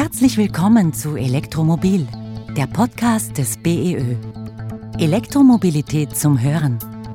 Herzlich willkommen zu Elektromobil, der Podcast des BEÖ. Elektromobilität zum Hören.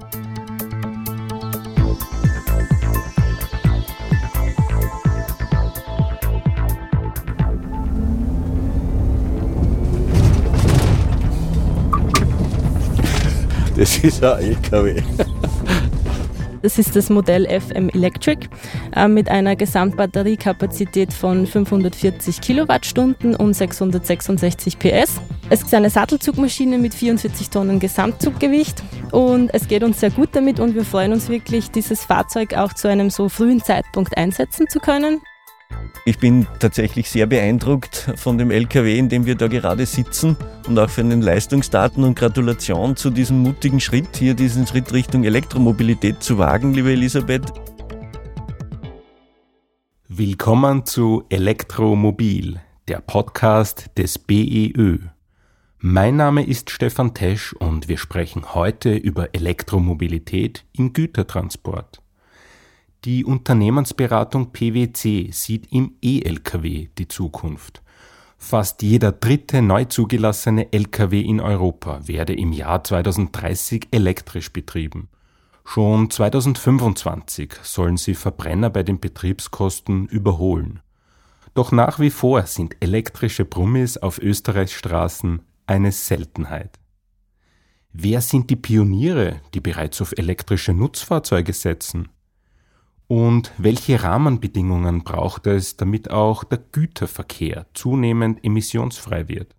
Das ist ein LKW. Das ist das Modell FM Electric mit einer Gesamtbatteriekapazität von 540 Kilowattstunden und 666 PS. Es ist eine Sattelzugmaschine mit 44 Tonnen Gesamtzuggewicht und es geht uns sehr gut damit und wir freuen uns wirklich, dieses Fahrzeug auch zu einem so frühen Zeitpunkt einsetzen zu können. Ich bin tatsächlich sehr beeindruckt von dem LKW, in dem wir da gerade sitzen und auch von den Leistungsdaten und Gratulation zu diesem mutigen Schritt, hier diesen Schritt Richtung Elektromobilität zu wagen, liebe Elisabeth. Willkommen zu Elektromobil, der Podcast des BEÖ. Mein Name ist Stefan Tesch und wir sprechen heute über Elektromobilität im Gütertransport. Die Unternehmensberatung PwC sieht im E-Lkw die Zukunft. Fast jeder dritte neu zugelassene Lkw in Europa werde im Jahr 2030 elektrisch betrieben. Schon 2025 sollen sie Verbrenner bei den Betriebskosten überholen. Doch nach wie vor sind elektrische Brummis auf Österreichs Straßen eine Seltenheit. Wer sind die Pioniere, die bereits auf elektrische Nutzfahrzeuge setzen? Und welche Rahmenbedingungen braucht es, damit auch der Güterverkehr zunehmend emissionsfrei wird?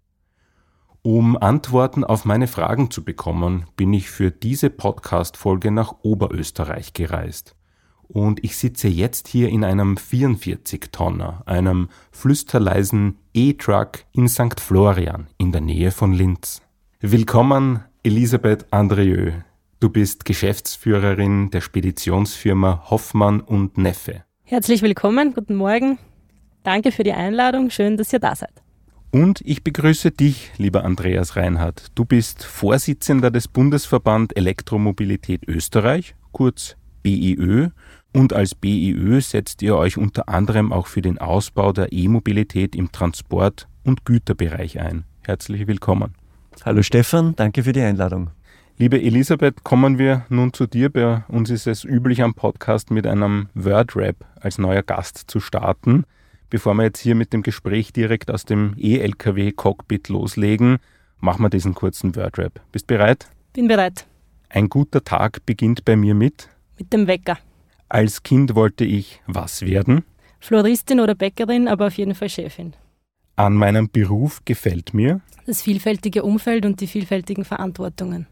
Um Antworten auf meine Fragen zu bekommen, bin ich für diese Podcast-Folge nach Oberösterreich gereist. Und ich sitze jetzt hier in einem 44-Tonner, einem flüsterleisen E-Truck in St. Florian in der Nähe von Linz. Willkommen, Elisabeth Andrieu. Du bist Geschäftsführerin der Speditionsfirma Hoffmann und Neffe. Herzlich willkommen, guten Morgen. Danke für die Einladung, schön, dass ihr da seid. Und ich begrüße dich, lieber Andreas Reinhardt. Du bist Vorsitzender des Bundesverband Elektromobilität Österreich, kurz BEÖ. Und als BEÖ setzt ihr euch unter anderem auch für den Ausbau der E-Mobilität im Transport- und Güterbereich ein. Herzlich willkommen. Hallo Stefan, danke für die Einladung. Liebe Elisabeth, kommen wir nun zu dir. Bei uns ist es üblich, am Podcast mit einem Word-Rap als neuer Gast zu starten. Bevor wir jetzt hier mit dem Gespräch direkt aus dem E-Lkw-Cockpit loslegen, machen wir diesen kurzen Word-Rap. Bist bereit? Bin bereit. Ein guter Tag beginnt bei mir mit dem Wecker. Als Kind wollte ich was werden? Floristin oder Bäckerin, aber auf jeden Fall Chefin. An meinem Beruf gefällt mir das vielfältige Umfeld und die vielfältigen Verantwortungen.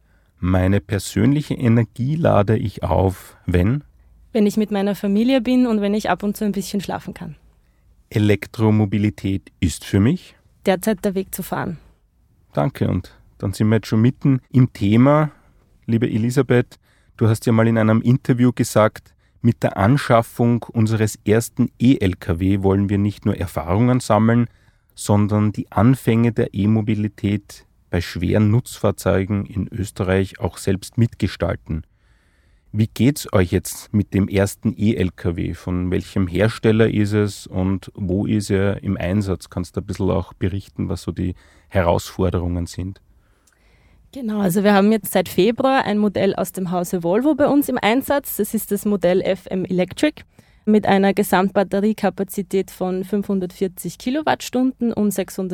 Meine persönliche Energie lade ich auf, wenn ich mit meiner Familie bin und wenn ich ab und zu ein bisschen schlafen kann. Elektromobilität ist für mich derzeit der Weg zu fahren. Danke, und dann sind wir jetzt schon mitten im Thema. Liebe Elisabeth, du hast ja mal in einem Interview gesagt, mit der Anschaffung unseres ersten E-Lkw wollen wir nicht nur Erfahrungen sammeln, sondern die Anfänge der E-Mobilität bei schweren Nutzfahrzeugen in Österreich auch selbst mitgestalten. Wie geht's euch jetzt mit dem ersten E-Lkw? Von welchem Hersteller ist es und wo ist er im Einsatz? Kannst du ein bisschen auch berichten, was so die Herausforderungen sind? Genau, also wir haben jetzt seit Februar ein Modell aus dem Hause Volvo bei uns im Einsatz. Das ist das Modell FM Electric mit einer Gesamtbatteriekapazität von 540 Kilowattstunden und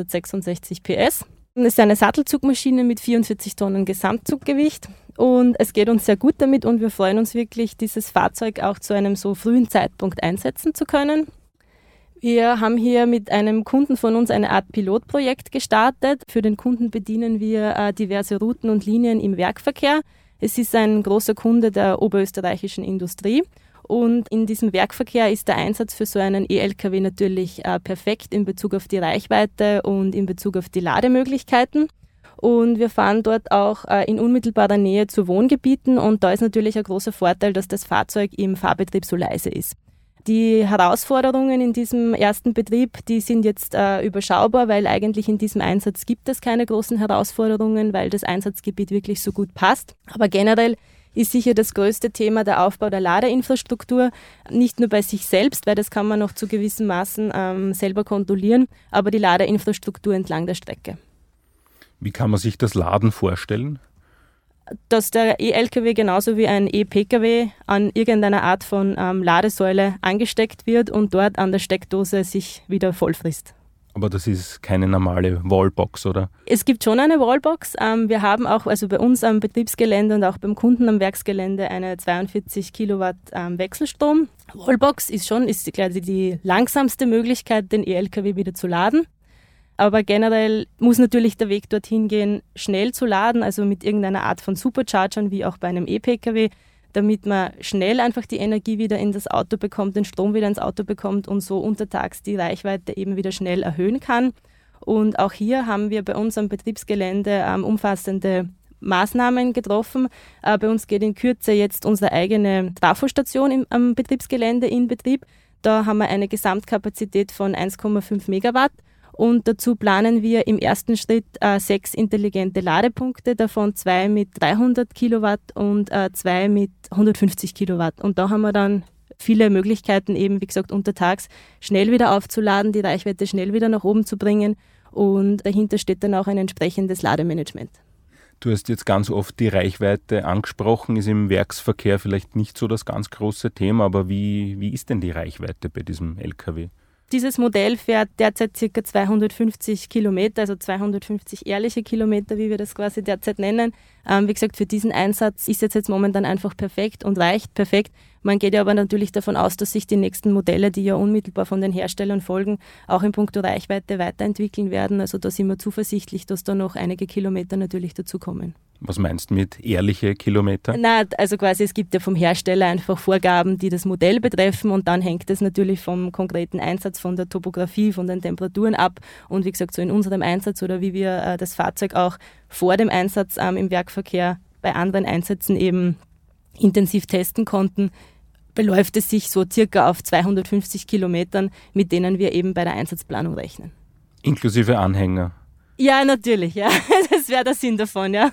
666 PS. Es ist eine Sattelzugmaschine mit 44 Tonnen Gesamtzuggewicht und es geht uns sehr gut damit und wir freuen uns wirklich, dieses Fahrzeug auch zu einem so frühen Zeitpunkt einsetzen zu können. Wir haben hier mit einem Kunden von uns eine Art Pilotprojekt gestartet. Für den Kunden bedienen wir diverse Routen und Linien im Werkverkehr. Es ist ein großer Kunde der oberösterreichischen Industrie. Und in diesem Werkverkehr ist der Einsatz für so einen E-Lkw natürlich perfekt in Bezug auf die Reichweite und in Bezug auf die Lademöglichkeiten. Und wir fahren dort auch in unmittelbarer Nähe zu Wohngebieten und da ist natürlich ein großer Vorteil, dass das Fahrzeug im Fahrbetrieb so leise ist. Die Herausforderungen in diesem ersten Betrieb, die sind jetzt überschaubar, weil eigentlich in diesem Einsatz gibt es keine großen Herausforderungen, weil das Einsatzgebiet wirklich so gut passt. Aber generell ist sicher das größte Thema der Aufbau der Ladeinfrastruktur. Nicht nur bei sich selbst, weil das kann man noch zu gewissen Maßen selber kontrollieren, aber die Ladeinfrastruktur entlang der Strecke. Wie kann man sich das Laden vorstellen? Dass der E-Lkw genauso wie ein E-Pkw an irgendeiner Art von Ladesäule angesteckt wird und dort an der Steckdose sich wieder vollfrisst. Aber das ist keine normale Wallbox, oder? Es gibt schon eine Wallbox. Wir haben auch also bei uns am Betriebsgelände und auch beim Kunden am Werksgelände eine 42 Kilowatt Wechselstrom. Wallbox ist die langsamste Möglichkeit, den E-Lkw wieder zu laden. Aber generell muss natürlich der Weg dorthin gehen, schnell zu laden, also mit irgendeiner Art von Superchargern, wie auch bei einem E-Pkw, damit man schnell einfach die Energie wieder in das Auto bekommt, den Strom wieder ins Auto bekommt und so untertags die Reichweite eben wieder schnell erhöhen kann. Und auch hier haben wir bei uns am Betriebsgelände umfassende Maßnahmen getroffen. Bei uns geht in Kürze jetzt unsere eigene Trafostation am Betriebsgelände in Betrieb. Da haben wir eine Gesamtkapazität von 1,5 Megawatt. Und dazu planen wir im ersten Schritt 6 intelligente Ladepunkte, davon 2 mit 300 Kilowatt und 2 mit 150 Kilowatt. Und da haben wir dann viele Möglichkeiten, eben wie gesagt untertags schnell wieder aufzuladen, die Reichweite schnell wieder nach oben zu bringen. Und dahinter steht dann auch ein entsprechendes Lademanagement. Du hast jetzt ganz oft die Reichweite angesprochen, ist im Werksverkehr vielleicht nicht so das ganz große Thema, aber wie ist denn die Reichweite bei diesem Lkw? Dieses Modell fährt derzeit ca. 250 Kilometer, also 250 ehrliche Kilometer, wie wir das quasi derzeit nennen. Wie gesagt, für diesen Einsatz ist jetzt momentan einfach perfekt und reicht perfekt. Man geht ja aber natürlich davon aus, dass sich die nächsten Modelle, die ja unmittelbar von den Herstellern folgen, auch in puncto Reichweite weiterentwickeln werden. Also da sind wir zuversichtlich, dass da noch einige Kilometer natürlich dazukommen. Was meinst du mit ehrliche Kilometer? Na, also quasi es gibt ja vom Hersteller einfach Vorgaben, die das Modell betreffen und dann hängt es natürlich vom konkreten Einsatz, von der Topografie, von den Temperaturen ab. Und wie gesagt, so in unserem Einsatz oder wie wir das Fahrzeug auch vor dem Einsatz im Werkverkehr bei anderen Einsätzen eben intensiv testen konnten, beläuft es sich so circa auf 250 Kilometern, mit denen wir eben bei der Einsatzplanung rechnen. Inklusive Anhänger? Ja, natürlich, ja. Das wäre der Sinn davon, ja.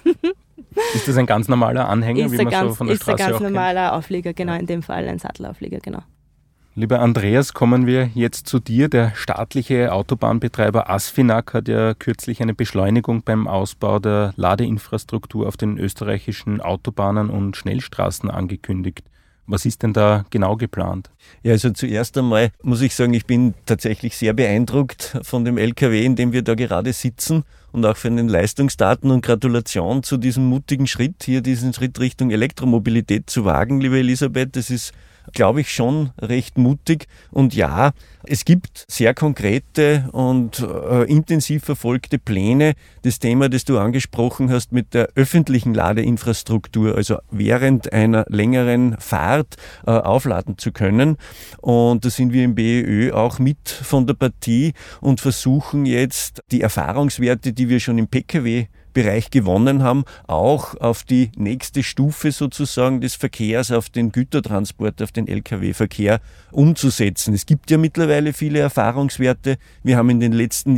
Ist das ein ganz normaler Anhänger, wie man so von der Straße auch kennt? Ist ein ganz normaler Auflieger, genau, in dem Fall ein Sattelauflieger, genau. Lieber Andreas, kommen wir jetzt zu dir. Der staatliche Autobahnbetreiber ASFINAG hat ja kürzlich eine Beschleunigung beim Ausbau der Ladeinfrastruktur auf den österreichischen Autobahnen und Schnellstraßen angekündigt. Was ist denn da genau geplant? Ja, also zuerst einmal muss ich sagen, ich bin tatsächlich sehr beeindruckt von dem LKW, in dem wir da gerade sitzen und auch von den Leistungsdaten und Gratulation zu diesem mutigen Schritt, hier diesen Schritt Richtung Elektromobilität zu wagen, liebe Elisabeth. Das ist, glaube ich, schon recht mutig. Und ja, es gibt sehr konkrete und intensiv verfolgte Pläne. Das Thema, das du angesprochen hast mit der öffentlichen Ladeinfrastruktur, also während einer längeren Fahrt aufladen zu können. Und da sind wir im BEÖ auch mit von der Partie und versuchen jetzt die Erfahrungswerte, die wir schon im Pkw-Bereich gewonnen haben, auch auf die nächste Stufe sozusagen des Verkehrs, auf den Gütertransport, auf den Lkw-Verkehr umzusetzen. Es gibt ja mittlerweile viele Erfahrungswerte. Wir haben in den letzten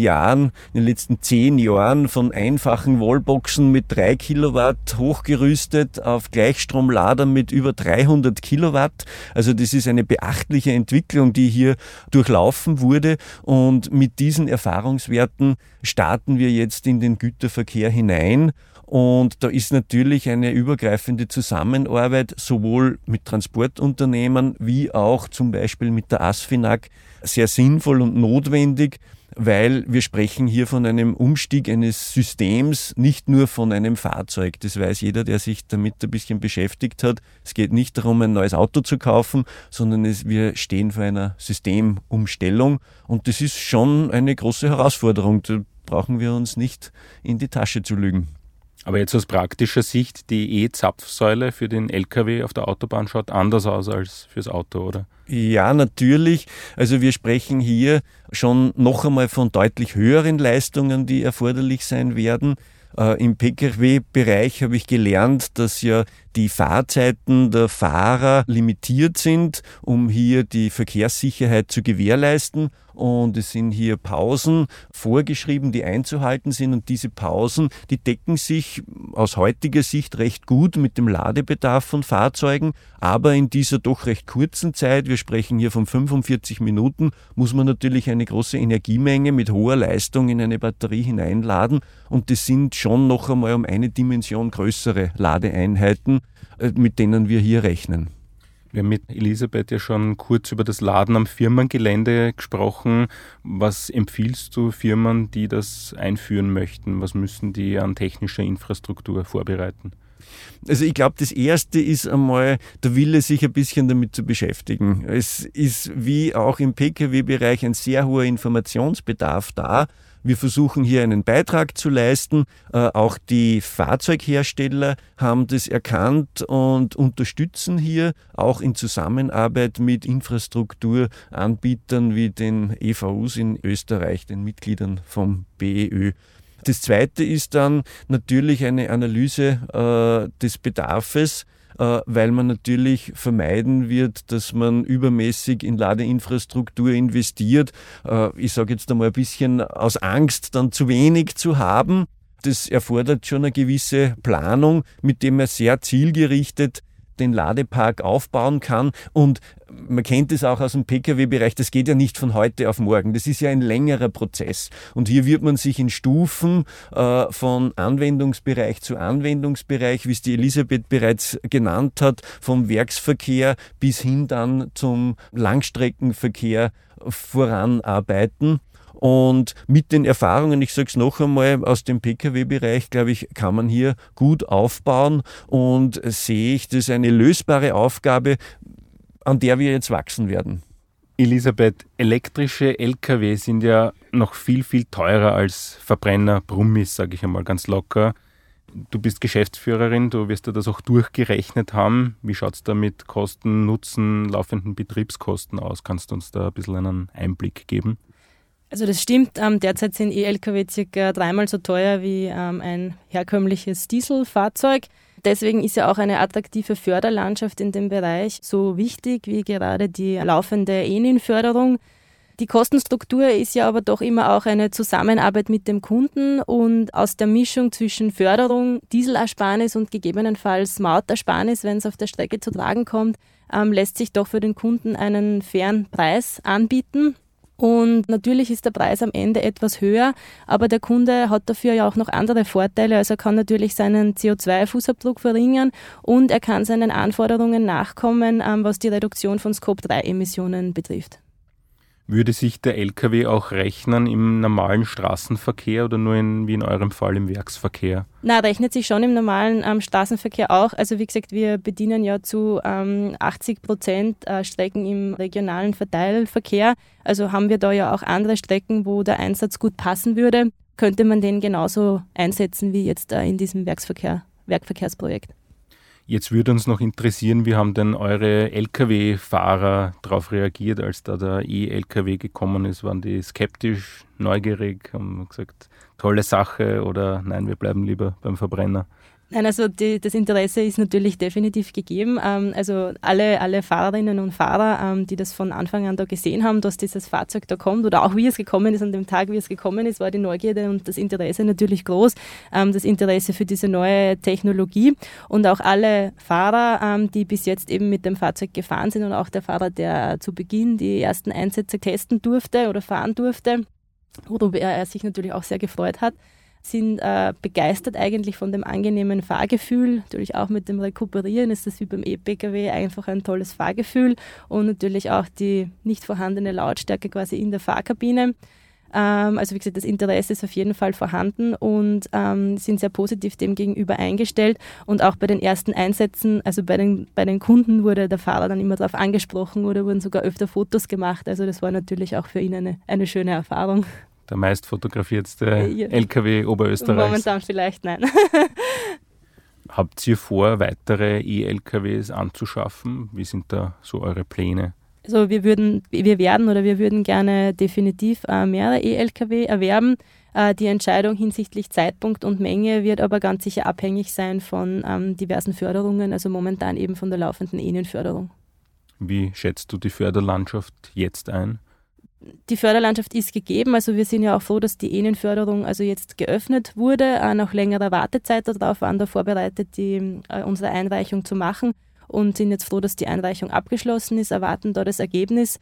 10 Jahren von einfachen Wallboxen mit 3 Kilowatt hochgerüstet auf Gleichstromladern mit über 300 Kilowatt. Also das ist eine beachtliche Entwicklung, die hier durchlaufen wurde. Und mit diesen Erfahrungswerten starten wir jetzt in den Güterverkehr hinein. Und da ist natürlich eine übergreifende Zusammenarbeit sowohl mit Transportunternehmen wie auch zum Beispiel mit der ASFINAG sehr sinnvoll und notwendig, weil wir sprechen hier von einem Umstieg eines Systems, nicht nur von einem Fahrzeug. Das weiß jeder, der sich damit ein bisschen beschäftigt hat. Es geht nicht darum, ein neues Auto zu kaufen, sondern wir stehen vor einer Systemumstellung. Und das ist schon eine große Herausforderung. Da brauchen wir uns nicht in die Tasche zu lügen. Aber jetzt aus praktischer Sicht, die E-Zapfsäule für den LKW auf der Autobahn schaut anders aus als fürs Auto, oder? Ja, natürlich. Also wir sprechen hier schon noch einmal von deutlich höheren Leistungen, die erforderlich sein werden. Im Pkw-Bereich habe ich gelernt, dass ja die Fahrzeiten der Fahrer limitiert sind, um hier die Verkehrssicherheit zu gewährleisten. Und es sind hier Pausen vorgeschrieben, die einzuhalten sind. Und diese Pausen, die decken sich aus heutiger Sicht recht gut mit dem Ladebedarf von Fahrzeugen. Aber in dieser doch recht kurzen Zeit, wir sprechen hier von 45 Minuten, muss man natürlich eine große Energiemenge mit hoher Leistung in eine Batterie hineinladen. Und das sind schon noch einmal um eine Dimension größere Ladeeinheiten, mit denen wir hier rechnen. Wir haben mit Elisabeth ja schon kurz über das Laden am Firmengelände gesprochen. Was empfiehlst du Firmen, die das einführen möchten? Was müssen die an technischer Infrastruktur vorbereiten? Also ich glaube, das Erste ist einmal der Wille, sich ein bisschen damit zu beschäftigen. Es ist wie auch im Pkw-Bereich ein sehr hoher Informationsbedarf da. Wir versuchen hier einen Beitrag zu leisten. Auch die Fahrzeughersteller haben das erkannt und unterstützen hier auch in Zusammenarbeit mit Infrastrukturanbietern wie den EVUs in Österreich, den Mitgliedern vom BEÖ. Das Zweite ist dann natürlich eine Analyse des Bedarfes, weil man natürlich vermeiden wird, dass man übermäßig in Ladeinfrastruktur investiert. Ich sage jetzt einmal ein bisschen aus Angst, dann zu wenig zu haben. Das erfordert schon eine gewisse Planung, mit dem man sehr zielgerichtet den Ladepark aufbauen kann. Und man kennt es auch aus dem Pkw-Bereich, das geht ja nicht von heute auf morgen. Das ist ja ein längerer Prozess. Und hier wird man sich in Stufen von Anwendungsbereich zu Anwendungsbereich, wie es die Elisabeth bereits genannt hat, vom Werksverkehr bis hin dann zum Langstreckenverkehr voranarbeiten. Und mit den Erfahrungen, ich sage es noch einmal, aus dem Pkw-Bereich, glaube ich, kann man hier gut aufbauen und sehe ich das eine lösbare Aufgabe, an der wir jetzt wachsen werden. Elisabeth, elektrische Lkw sind ja noch viel, viel teurer als Verbrenner, Brummis, sage ich einmal ganz locker. Du bist Geschäftsführerin, du wirst ja das auch durchgerechnet haben. Wie schaut es da mit Kosten, Nutzen, laufenden Betriebskosten aus? Kannst du uns da ein bisschen einen Einblick geben? Also das stimmt, derzeit sind E-Lkw circa 3-mal so teuer wie ein herkömmliches Dieselfahrzeug. Deswegen ist ja auch eine attraktive Förderlandschaft in dem Bereich so wichtig wie gerade die laufende ENIN-Förderung. Die Kostenstruktur ist ja aber doch immer auch eine Zusammenarbeit mit dem Kunden und aus der Mischung zwischen Förderung, Dieselersparnis und gegebenenfalls Mautersparnis, wenn es auf der Strecke zu tragen kommt, lässt sich doch für den Kunden einen fairen Preis anbieten. Und natürlich ist der Preis am Ende etwas höher, aber der Kunde hat dafür ja auch noch andere Vorteile. Also er kann natürlich seinen CO2-Fußabdruck verringern und er kann seinen Anforderungen nachkommen, was die Reduktion von Scope-3-Emissionen betrifft. Würde sich der Lkw auch rechnen im normalen Straßenverkehr oder nur wie in eurem Fall im Werksverkehr? Na, rechnet sich schon im normalen Straßenverkehr auch. Also wie gesagt, wir bedienen ja zu 80% Strecken im regionalen Verteilverkehr. Also haben wir da ja auch andere Strecken, wo der Einsatz gut passen würde. Könnte man den genauso einsetzen wie jetzt in diesem Werkverkehrsprojekt. Jetzt würde uns noch interessieren, wie haben denn eure Lkw-Fahrer darauf reagiert, als da der E-Lkw gekommen ist? Waren die skeptisch, neugierig, haben gesagt, tolle Sache oder nein, wir bleiben lieber beim Verbrenner? Nein, also das Interesse ist natürlich definitiv gegeben. Also alle Fahrerinnen und Fahrer, die das von Anfang an da gesehen haben, dass dieses Fahrzeug da kommt oder auch wie es gekommen ist, an dem Tag, wie es gekommen ist, war die Neugierde und das Interesse natürlich groß. Das Interesse für diese neue Technologie und auch alle Fahrer, die bis jetzt eben mit dem Fahrzeug gefahren sind und auch der Fahrer, der zu Beginn die ersten Einsätze testen durfte oder fahren durfte, worüber er sich natürlich auch sehr gefreut hat, sind begeistert eigentlich von dem angenehmen Fahrgefühl. Natürlich auch mit dem Rekuperieren ist das wie beim E-Pkw einfach ein tolles Fahrgefühl und natürlich auch die nicht vorhandene Lautstärke quasi in der Fahrkabine. Also wie gesagt, das Interesse ist auf jeden Fall vorhanden und sind sehr positiv dem gegenüber eingestellt. Und auch bei den ersten Einsätzen, also bei den Kunden wurde der Fahrer dann immer darauf angesprochen oder wurden sogar öfter Fotos gemacht. Also das war natürlich auch für ihn eine schöne Erfahrung. Der meist fotografiertste LKW Oberösterreichs. Momentan vielleicht nein. Habt ihr vor, weitere E-LKWs anzuschaffen? Wie sind da so eure Pläne? Also wir würden gerne definitiv mehrere E-Lkw erwerben. Die Entscheidung hinsichtlich Zeitpunkt und Menge wird aber ganz sicher abhängig sein von diversen Förderungen, also momentan eben von der laufenden ENIN-Förderung. Wie schätzt du die Förderlandschaft jetzt ein? Die Förderlandschaft ist gegeben, also wir sind ja auch froh, dass die ENIN-Förderung also jetzt geöffnet wurde. Nach längerer Wartezeit darauf waren da vorbereitet, unsere Einreichung zu machen und sind jetzt froh, dass die Einreichung abgeschlossen ist, erwarten da das Ergebnis.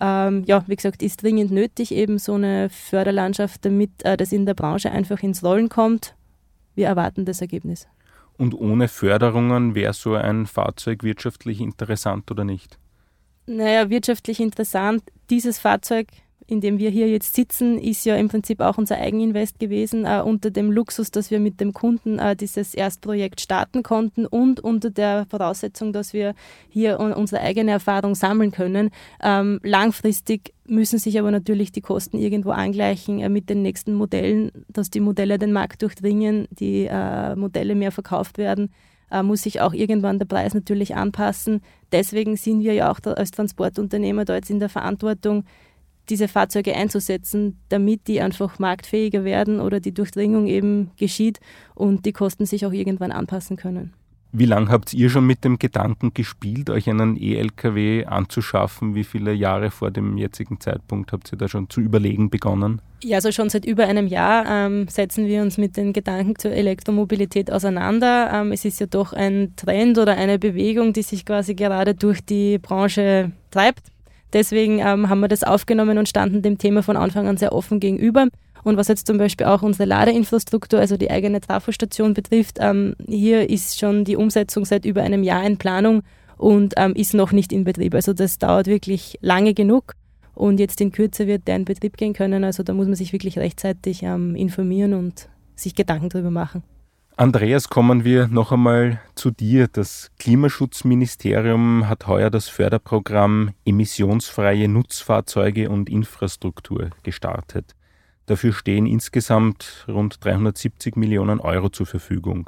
Wie gesagt, ist dringend nötig, eben so eine Förderlandschaft, damit das in der Branche einfach ins Rollen kommt. Wir erwarten das Ergebnis. Und ohne Förderungen wäre so ein Fahrzeug wirtschaftlich interessant oder nicht? Naja, wirtschaftlich interessant. Dieses Fahrzeug, in dem wir hier jetzt sitzen, ist ja im Prinzip auch unser Eigeninvest gewesen, unter dem Luxus, dass wir mit dem Kunden dieses Erstprojekt starten konnten und unter der Voraussetzung, dass wir hier unsere eigene Erfahrung sammeln können. Langfristig müssen sich aber natürlich die Kosten irgendwo angleichen mit den nächsten Modellen, dass die Modelle den Markt durchdringen, die Modelle mehr verkauft werden. Muss sich auch irgendwann der Preis natürlich anpassen. Deswegen sind wir ja auch als Transportunternehmer da jetzt in der Verantwortung, diese Fahrzeuge einzusetzen, damit die einfach marktfähiger werden oder die Durchdringung eben geschieht und die Kosten sich auch irgendwann anpassen können. Wie lange habt ihr schon mit dem Gedanken gespielt, euch einen E-Lkw anzuschaffen? Wie viele Jahre vor dem jetzigen Zeitpunkt habt ihr da schon zu überlegen begonnen? Ja, also schon seit über einem Jahr setzen wir uns mit den Gedanken zur Elektromobilität auseinander. Es ist ja doch ein Trend oder eine Bewegung, die sich quasi gerade durch die Branche treibt. Deswegen haben wir das aufgenommen und standen dem Thema von Anfang an sehr offen gegenüber. Und was jetzt zum Beispiel auch unsere Ladeinfrastruktur, also die eigene Trafostation betrifft, hier ist schon die Umsetzung seit über einem Jahr in Planung und ist noch nicht in Betrieb. Also das dauert wirklich lange genug und jetzt in Kürze wird der in Betrieb gehen können. Also da muss man sich wirklich rechtzeitig informieren und sich Gedanken drüber machen. Andreas, kommen wir noch einmal zu dir. Das Klimaschutzministerium hat heuer das Förderprogramm Emissionsfreie Nutzfahrzeuge und Infrastruktur gestartet. Dafür stehen insgesamt rund 370 Millionen Euro zur Verfügung.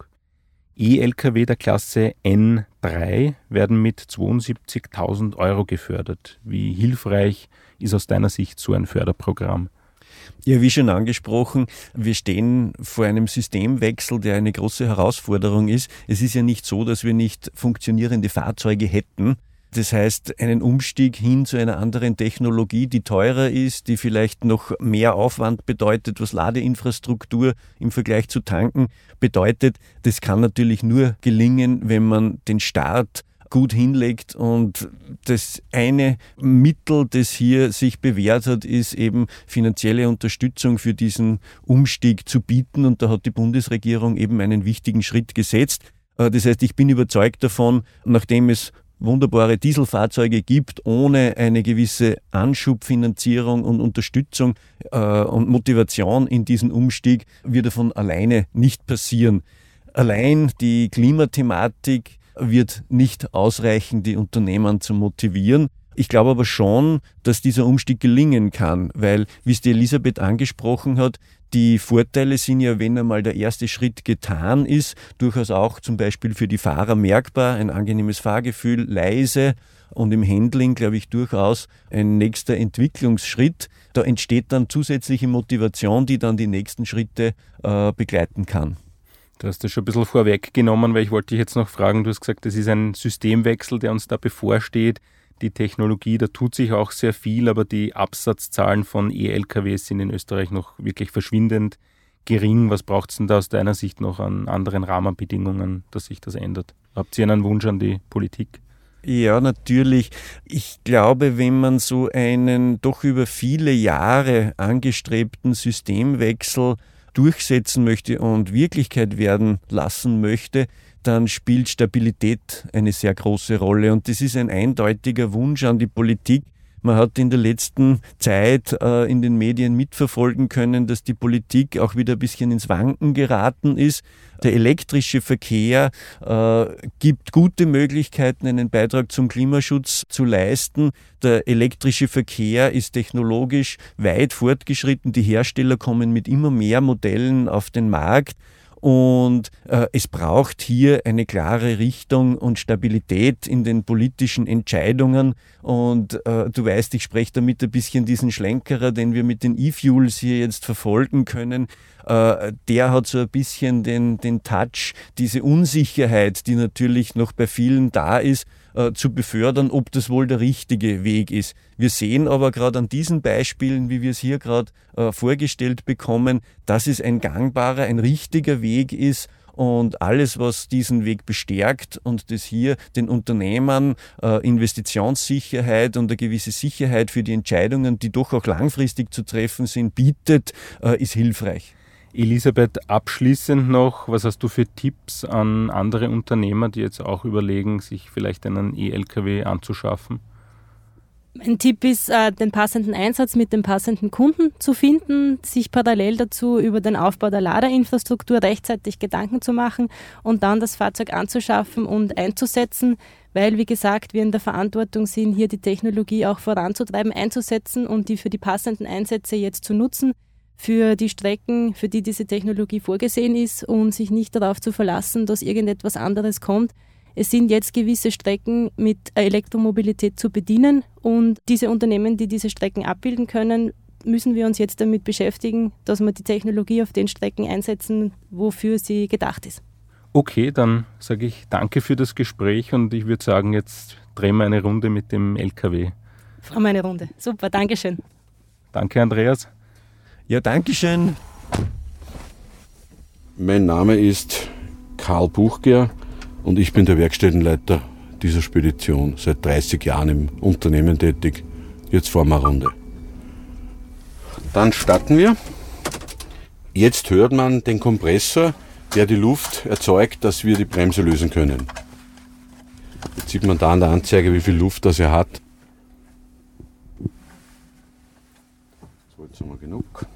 E-Lkw der Klasse N3 werden mit 72.000 Euro gefördert. Wie hilfreich ist aus deiner Sicht so ein Förderprogramm? Ja, wie schon angesprochen, wir stehen vor einem Systemwechsel, der eine große Herausforderung ist. Es ist ja nicht so, dass wir nicht funktionierende Fahrzeuge hätten. Das heißt, einen Umstieg hin zu einer anderen Technologie, die teurer ist, die vielleicht noch mehr Aufwand bedeutet, was Ladeinfrastruktur im Vergleich zu tanken bedeutet. Das kann natürlich nur gelingen, wenn man den Start gut hinlegt, und das eine Mittel, das hier sich bewährt hat, ist eben finanzielle Unterstützung für diesen Umstieg zu bieten, und da hat die Bundesregierung eben einen wichtigen Schritt gesetzt. Das heißt, ich bin überzeugt davon, nachdem es wunderbare Dieselfahrzeuge gibt, ohne eine gewisse Anschubfinanzierung und Unterstützung und Motivation in diesen Umstieg, wird er von alleine nicht passieren. Allein die Klimathematik wird nicht ausreichen, die Unternehmen zu motivieren. Ich glaube aber schon, dass dieser Umstieg gelingen kann, weil, wie es die Elisabeth angesprochen hat, die Vorteile sind ja, wenn einmal der erste Schritt getan ist, durchaus auch zum Beispiel für die Fahrer merkbar, ein angenehmes Fahrgefühl, leise und im Handling, glaube ich, durchaus ein nächster Entwicklungsschritt. Da entsteht dann zusätzliche Motivation, die dann die nächsten Schritte begleiten kann. Du hast das schon ein bisschen vorweggenommen, weil ich wollte dich jetzt noch fragen, du hast gesagt, das ist ein Systemwechsel, der uns da bevorsteht. Die Technologie, da tut sich auch sehr viel, aber die Absatzzahlen von E-LKWs sind in Österreich noch wirklich verschwindend gering. Was braucht es denn da aus deiner Sicht noch an anderen Rahmenbedingungen, dass sich das ändert? Habt ihr einen Wunsch an die Politik? Ja, natürlich. Ich glaube, wenn man so einen doch über viele Jahre angestrebten Systemwechsel durchsetzen möchte und Wirklichkeit werden lassen möchte, dann spielt Stabilität eine sehr große Rolle. Und das ist ein eindeutiger Wunsch an die Politik. Man hat in der letzten Zeit in den Medien mitverfolgen können, dass die Politik auch wieder ein bisschen ins Wanken geraten ist. Der elektrische Verkehr gibt gute Möglichkeiten, einen Beitrag zum Klimaschutz zu leisten. Der elektrische Verkehr ist technologisch weit fortgeschritten. Die Hersteller kommen mit immer mehr Modellen auf den Markt. Und es braucht hier eine klare Richtung und Stabilität in den politischen Entscheidungen. Und du weißt, ich spreche damit ein bisschen diesen Schlenkerer, den wir mit den E-Fuels hier jetzt verfolgen können. Der hat so ein bisschen den Touch, diese Unsicherheit, die natürlich noch bei vielen da ist, zu befördern, ob das wohl der richtige Weg ist. Wir sehen aber gerade an diesen Beispielen, wie wir es hier gerade vorgestellt bekommen, dass es ein gangbarer, ein richtiger Weg ist. Und alles, was diesen Weg bestärkt und das hier den Unternehmern Investitionssicherheit und eine gewisse Sicherheit für die Entscheidungen, die doch auch langfristig zu treffen sind, bietet, ist hilfreich. Elisabeth, abschließend noch, was hast du für Tipps an andere Unternehmer, die jetzt auch überlegen, sich vielleicht einen E-Lkw anzuschaffen? Mein Tipp ist, den passenden Einsatz mit dem passenden Kunden zu finden, sich parallel dazu über den Aufbau der Ladeinfrastruktur rechtzeitig Gedanken zu machen und dann das Fahrzeug anzuschaffen und einzusetzen, weil, wie gesagt, wir in der Verantwortung sind, hier die Technologie auch voranzutreiben, einzusetzen und die für die passenden Einsätze jetzt zu nutzen, für die Strecken, für die diese Technologie vorgesehen ist und sich nicht darauf zu verlassen, dass irgendetwas anderes kommt. Es sind jetzt gewisse Strecken mit Elektromobilität zu bedienen und diese Unternehmen, die diese Strecken abbilden können, müssen wir uns jetzt damit beschäftigen, dass wir die Technologie auf den Strecken einsetzen, wofür sie gedacht ist. Okay, dann sage ich danke für das Gespräch und ich würde sagen, jetzt drehen wir eine Runde mit dem LKW. Fahren wir eine Runde. Super, Dankeschön. Danke, Andreas. Ja, Dankeschön. Mein Name ist Karl Buchger und ich bin der Werkstättenleiter dieser Spedition, seit 30 Jahren im Unternehmen tätig. Jetzt fahren wir eine Runde. Dann starten wir. Jetzt hört man den Kompressor, der die Luft erzeugt, dass wir die Bremse lösen können. Jetzt sieht man da an der Anzeige, wie viel Luft das er hat. So, jetzt haben wir genug.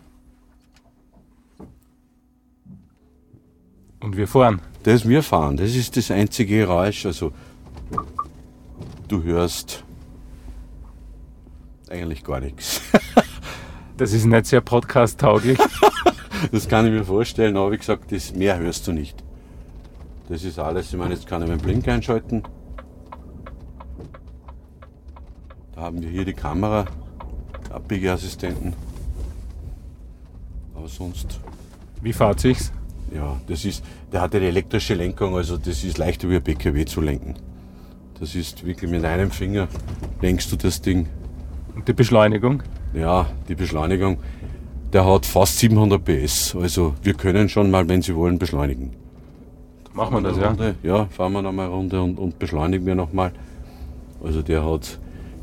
Und wir fahren. Wir fahren, das ist das einzige Geräusch. Also du hörst eigentlich gar nichts. Das ist nicht sehr podcast-tauglich. Das kann ich mir vorstellen, aber wie gesagt, das mehr hörst du nicht. Das ist alles. Ich meine, jetzt kann ich meinen Blink einschalten. Da haben wir hier die Kamera, Abbiegeassistenten. Aber sonst. Wie fahrt sich's? Ja, der hat eine elektrische Lenkung, also das ist leichter wie ein PKW zu lenken. Das ist wirklich mit einem Finger lenkst du das Ding. Und die Beschleunigung? Ja, die Beschleunigung, der hat fast 700 PS, also wir können schon mal, wenn Sie wollen, beschleunigen. Machen wir das, ja? Runde, ja, fahren wir nochmal eine Runde und beschleunigen wir nochmal. Also der hat,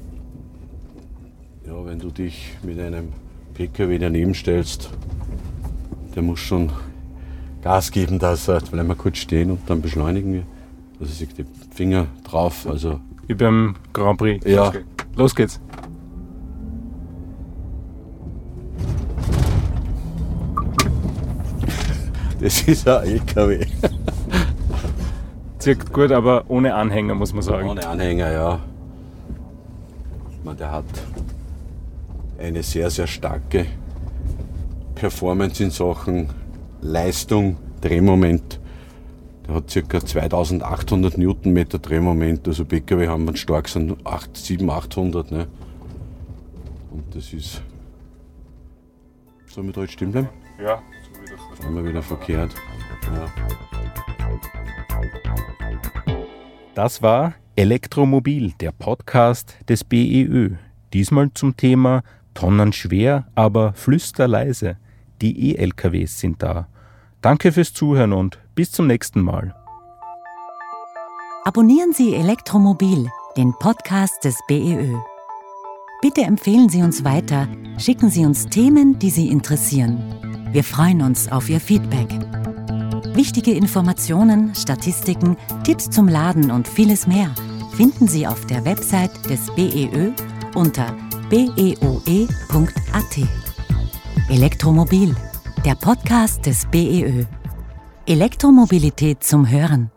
ja, wenn du dich mit einem PKW daneben stellst, der muss schon Gas geben, dass er, bleiben wir kurz stehen und dann beschleunigen wir. Also sich die Finger drauf, also. Wie beim Grand Prix. Ja. Los geht's. Das ist ein LKW. Zirkt gut, aber ohne Anhänger, muss man sagen. Ohne Anhänger, ja. Ich meine, der hat eine sehr, sehr starke Performance in Sachen Leistung, Drehmoment. Der hat ca. 2800 Newtonmeter Drehmoment. Also PKW haben wir stark, sind 700, 800. Ne? Und das ist. Sollen wir da jetzt stehen bleiben? Ja, so wie das. Fahren wir wieder verkehrt. Ja. Das war Elektromobil, der Podcast des BEÖ. Diesmal zum Thema tonnenschwer, aber flüsterleise. Die E-LKWs sind da. Danke fürs Zuhören und bis zum nächsten Mal. Abonnieren Sie Elektromobil, den Podcast des BEÖ. Bitte empfehlen Sie uns weiter, schicken Sie uns Themen, die Sie interessieren. Wir freuen uns auf Ihr Feedback. Wichtige Informationen, Statistiken, Tipps zum Laden und vieles mehr finden Sie auf der Website des BEÖ unter beoe.at. Elektromobil, der Podcast des BEÖ. Elektromobilität zum Hören.